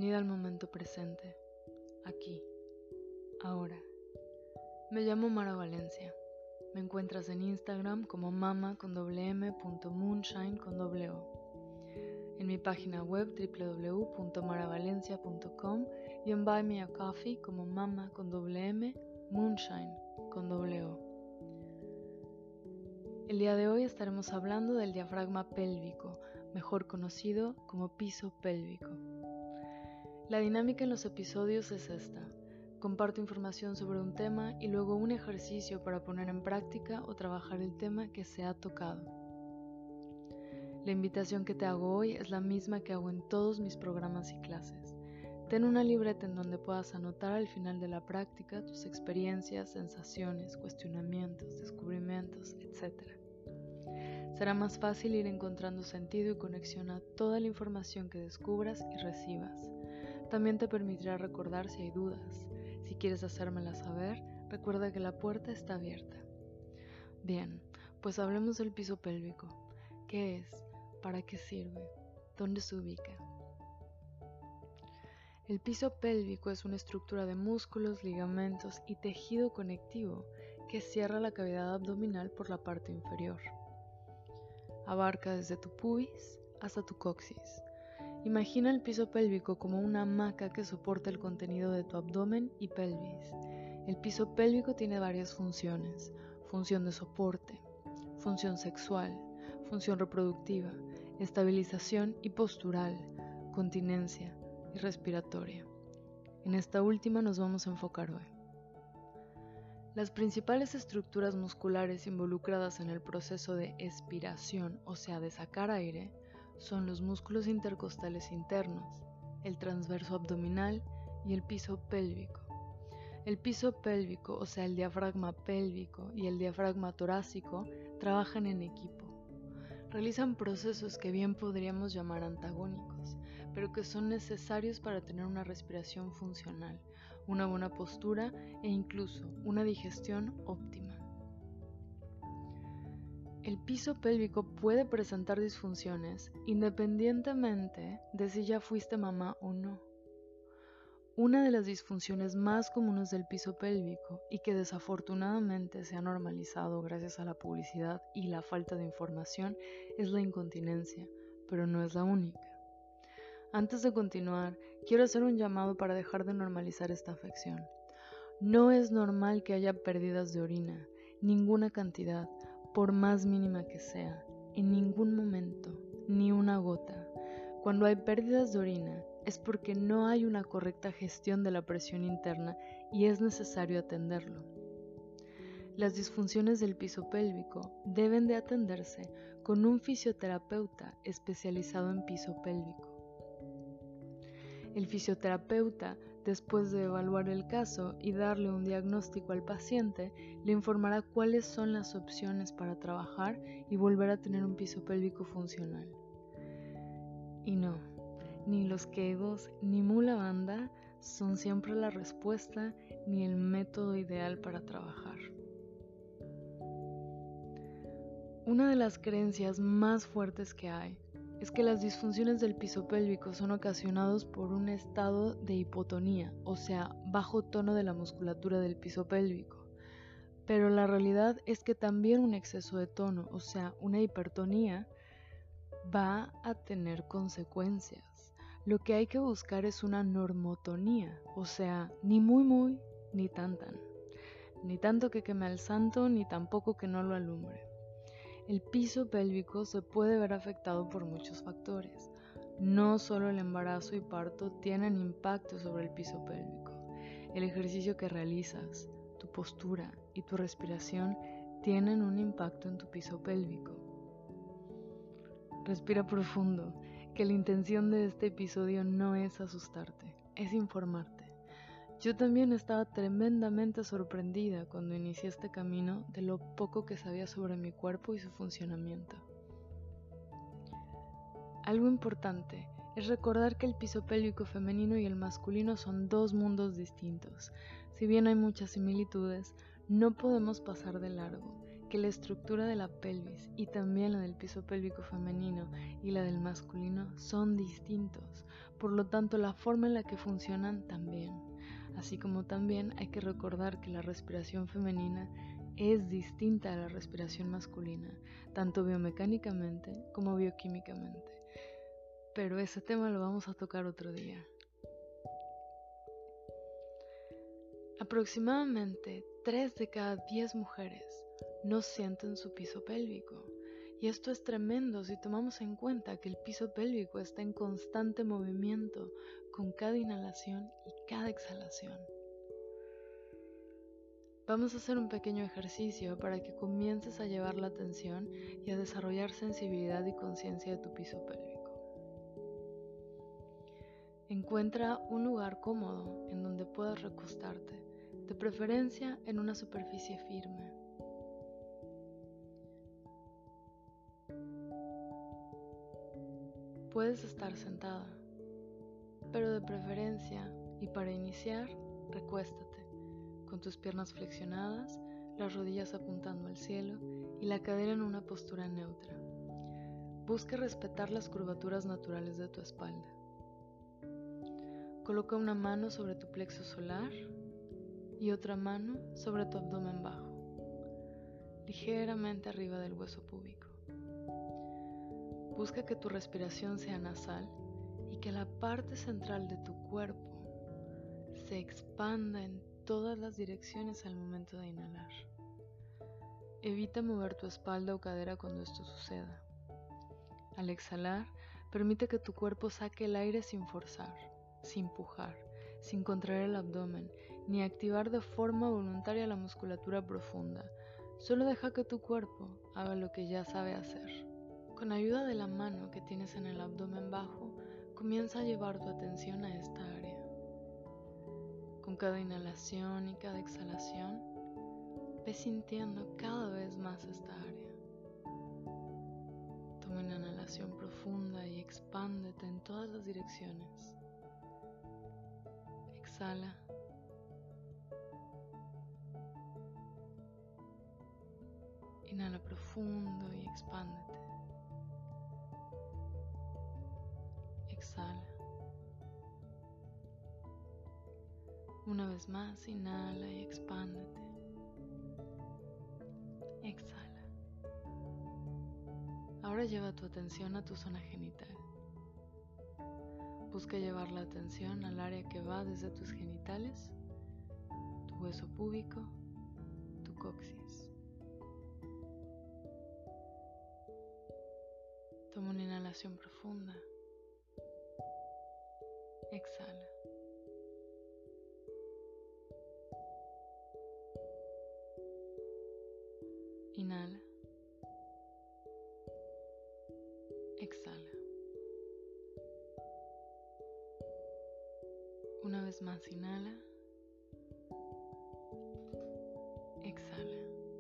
Bienvenida al momento presente, aquí, ahora. Me llamo Mara Valencia. Me encuentras en Instagram como mama.moonshine. En mi página web www.maravalencia.com y en Buy Me a Coffee como mama.moonshine. El día de hoy estaremos hablando del diafragma pélvico, mejor conocido como piso pélvico. La dinámica en los episodios es esta. Comparto información sobre un tema y luego un ejercicio para poner en práctica o trabajar el tema que se ha tocado. La invitación que te hago hoy es la misma que hago en todos mis programas y clases. Ten una libreta en donde puedas anotar al final de la práctica tus experiencias, sensaciones, cuestionamientos, descubrimientos, etc. Será más fácil ir encontrando sentido y conexión a toda la información que descubras y recibas. También te permitirá recordar si hay dudas. Si quieres hacérmelas saber, recuerda que la puerta está abierta. Bien, pues hablemos del piso pélvico. ¿Qué es? ¿Para qué sirve? ¿Dónde se ubica? El piso pélvico es una estructura de músculos, ligamentos y tejido conectivo que cierra la cavidad abdominal por la parte inferior. Abarca desde tu pubis hasta tu coxis. Imagina el piso pélvico como una hamaca que soporta el contenido de tu abdomen y pelvis. El piso pélvico tiene varias funciones: función de soporte, función sexual, función reproductiva, estabilización y postural, continencia y respiratoria. En esta última nos vamos a enfocar hoy. Las principales estructuras musculares involucradas en el proceso de expiración, o sea, de sacar aire, son los músculos intercostales internos, el transverso abdominal y el piso pélvico. El piso pélvico, o sea, el diafragma pélvico y el diafragma torácico, trabajan en equipo. Realizan procesos que bien podríamos llamar antagónicos, pero que son necesarios para tener una respiración funcional, una buena postura e incluso una digestión óptima. El piso pélvico puede presentar disfunciones independientemente de si ya fuiste mamá o no. Una de las disfunciones más comunes del piso pélvico y que desafortunadamente se ha normalizado gracias a la publicidad y la falta de información es la incontinencia, pero no es la única. Antes de continuar, quiero hacer un llamado para dejar de normalizar esta afección. No es normal que haya pérdidas de orina, ninguna cantidad, por más mínima que sea, en ningún momento, ni una gota. Cuando hay pérdidas de orina es porque no hay una correcta gestión de la presión interna y es necesario atenderlo. Las disfunciones del piso pélvico deben de atenderse con un fisioterapeuta especializado en piso pélvico. El fisioterapeuta, después de evaluar el caso y darle un diagnóstico al paciente, le informará cuáles son las opciones para trabajar y volver a tener un piso pélvico funcional. Y no, ni los Kegels ni Mula Bandha son siempre la respuesta ni el método ideal para trabajar. Una de las creencias más fuertes que hay es que las disfunciones del piso pélvico son ocasionados por un estado de hipotonía, o sea, bajo tono de la musculatura del piso pélvico. Pero la realidad es que también un exceso de tono, o sea, una hipertonía, va a tener consecuencias. Lo que hay que buscar es una normotonía, o sea, ni muy, ni tan. Ni tanto que queme al santo, ni tampoco que no lo alumbre. El piso pélvico se puede ver afectado por muchos factores. No solo el embarazo y parto tienen impacto sobre el piso pélvico. El ejercicio que realizas, tu postura y tu respiración tienen un impacto en tu piso pélvico. Respira profundo, que la intención de este episodio no es asustarte, es informarte. Yo también estaba tremendamente sorprendida cuando inicié este camino de lo poco que sabía sobre mi cuerpo y su funcionamiento. Algo importante es recordar que el piso pélvico femenino y el masculino son dos mundos distintos. Si bien hay muchas similitudes, no podemos pasar de largo que la estructura de la pelvis y también la del piso pélvico femenino y la del masculino son distintos, por lo tanto la forma en la que funcionan también. Así como también hay que recordar que la respiración femenina es distinta a la respiración masculina, tanto biomecánicamente como bioquímicamente. Pero ese tema lo vamos a tocar otro día. Aproximadamente 3 de cada 10 mujeres no sienten su piso pélvico. Y esto es tremendo si tomamos en cuenta que el piso pélvico está en constante movimiento con cada inhalación y cada exhalación. Vamos a hacer un pequeño ejercicio para que comiences a llevar la atención y a desarrollar sensibilidad y conciencia de tu piso pélvico. Encuentra un lugar cómodo en donde puedas recostarte, de preferencia en una superficie firme. Puedes estar sentada, pero de preferencia y para iniciar, recuéstate, con tus piernas flexionadas, las rodillas apuntando al cielo y la cadera en una postura neutra. Busca respetar las curvaturas naturales de tu espalda. Coloca una mano sobre tu plexo solar y otra mano sobre tu abdomen bajo, ligeramente arriba del hueso púbico. Busca que tu respiración sea nasal y que la parte central de tu cuerpo se expanda en todas las direcciones al momento de inhalar. Evita mover tu espalda o cadera cuando esto suceda. Al exhalar, permite que tu cuerpo saque el aire sin forzar, sin pujar, sin contraer el abdomen, ni activar de forma voluntaria la musculatura profunda. Solo deja que tu cuerpo haga lo que ya sabe hacer. Con ayuda de la mano que tienes en el abdomen bajo, comienza a llevar tu atención a esta área. Con cada inhalación y cada exhalación, ve sintiendo cada vez más esta área. Toma una inhalación profunda y expándete en todas las direcciones. Exhala. Inhala profundo y expándete. Exhala. Una vez más, inhala y expándete. Exhala. Ahora lleva tu atención a tu zona genital. Busca llevar la atención al área que va desde tus genitales, tu hueso púbico, tu coxis. Toma una inhalación profunda. Exhala. Inhala. Exhala. Una vez más, inhala. Exhala.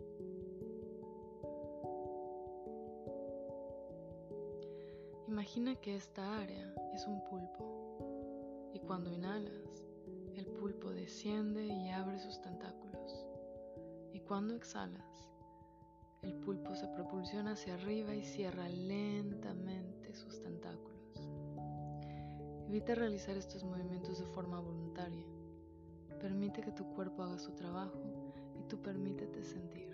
Imagina que esta área es un pulpo y cuando inhalas, el pulpo desciende y abre sus tentáculos. Y cuando exhalas, el pulpo se propulsiona hacia arriba y cierra lentamente sus tentáculos. Evita realizar estos movimientos de forma voluntaria. Permite que tu cuerpo haga su trabajo y tú permítete sentir.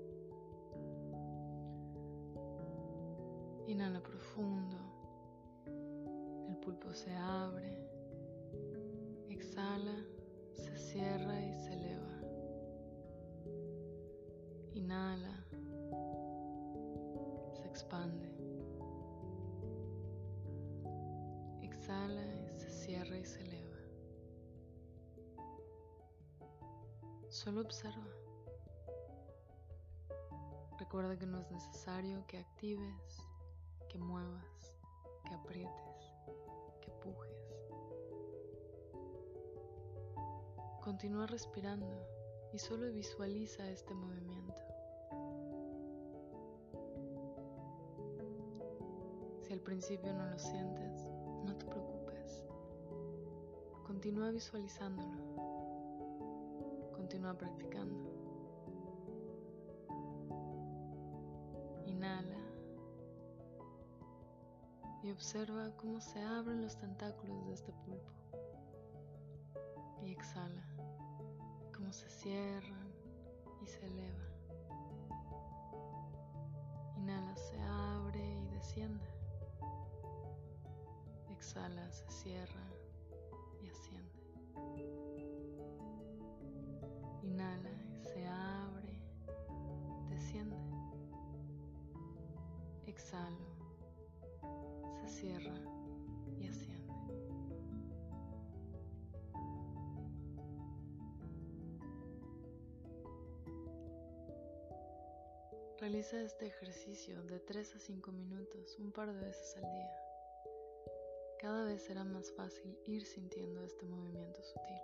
Inhala profundo. El pulpo se abre. Exhala, se cierra y se eleva. Inhala. Se expande. Exhala, se cierra y se eleva. Solo observa. Recuerda que no es necesario que actives, que muevas, que aprietes, que pujes. Continúa respirando y solo visualiza este movimiento. Si al principio no lo sientes, no te preocupes. Continúa visualizándolo. Continúa practicando. Inhala. y observa cómo se abren los tentáculos de este pulpo. Y exhala, cómo se cierran y se eleva. Inhala, se abre y desciende. Exhala, se cierra y asciende. Inhala, se abre, desciende. Exhalo, se cierra y asciende. Realiza este ejercicio de 3 a 5 minutos un par de veces al día. Cada vez será más fácil ir sintiendo este movimiento sutil.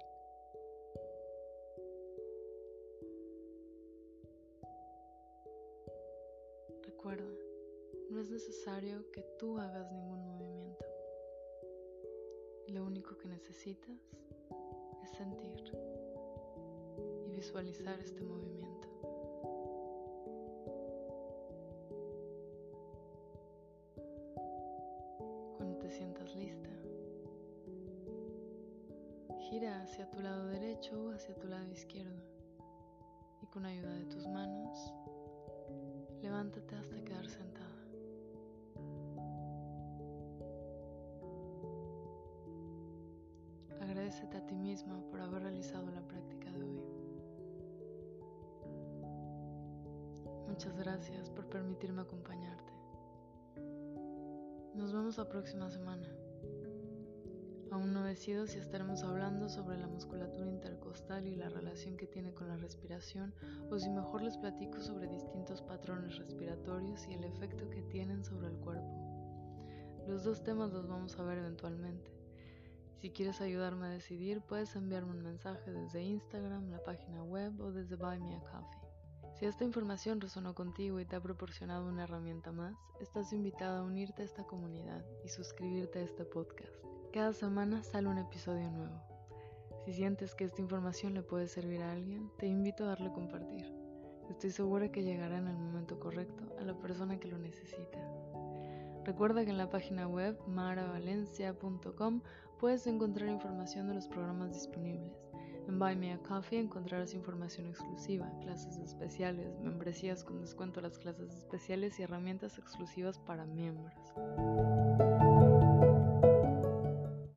Recuerda, no es necesario que tú hagas ningún movimiento. Lo único que necesitas es sentir y visualizar este movimiento. Cuando te sientas lista, gira hacia tu lado derecho o hacia tu lado izquierdo y con ayuda de tus manos, levántate hasta quedar sentada. Agradécete a ti misma por haber realizado la práctica de hoy. Muchas gracias por permitirme acompañarte. Nos vemos la próxima semana. Aún no decido si estaremos hablando sobre la musculatura intercostal y la relación que tiene con la respiración, o si mejor les platico sobre distintos patrones respiratorios y el efecto que tienen sobre el cuerpo. Los dos temas los vamos a ver eventualmente. Si quieres ayudarme a decidir, puedes enviarme un mensaje desde Instagram, la página web o desde Buy Me a Coffee. Si esta información resonó contigo y te ha proporcionado una herramienta más, estás invitada a unirte a esta comunidad y suscribirte a este podcast. Cada semana sale un episodio nuevo. Si sientes que esta información le puede servir a alguien, te invito a darle a compartir. Estoy segura que llegará en el momento correcto a la persona que lo necesita. Recuerda que en la página web maravalencia.com puedes encontrar información de los programas disponibles. En Buy Me a Coffee encontrarás información exclusiva, clases especiales, membresías con descuento a las clases especiales y herramientas exclusivas para miembros.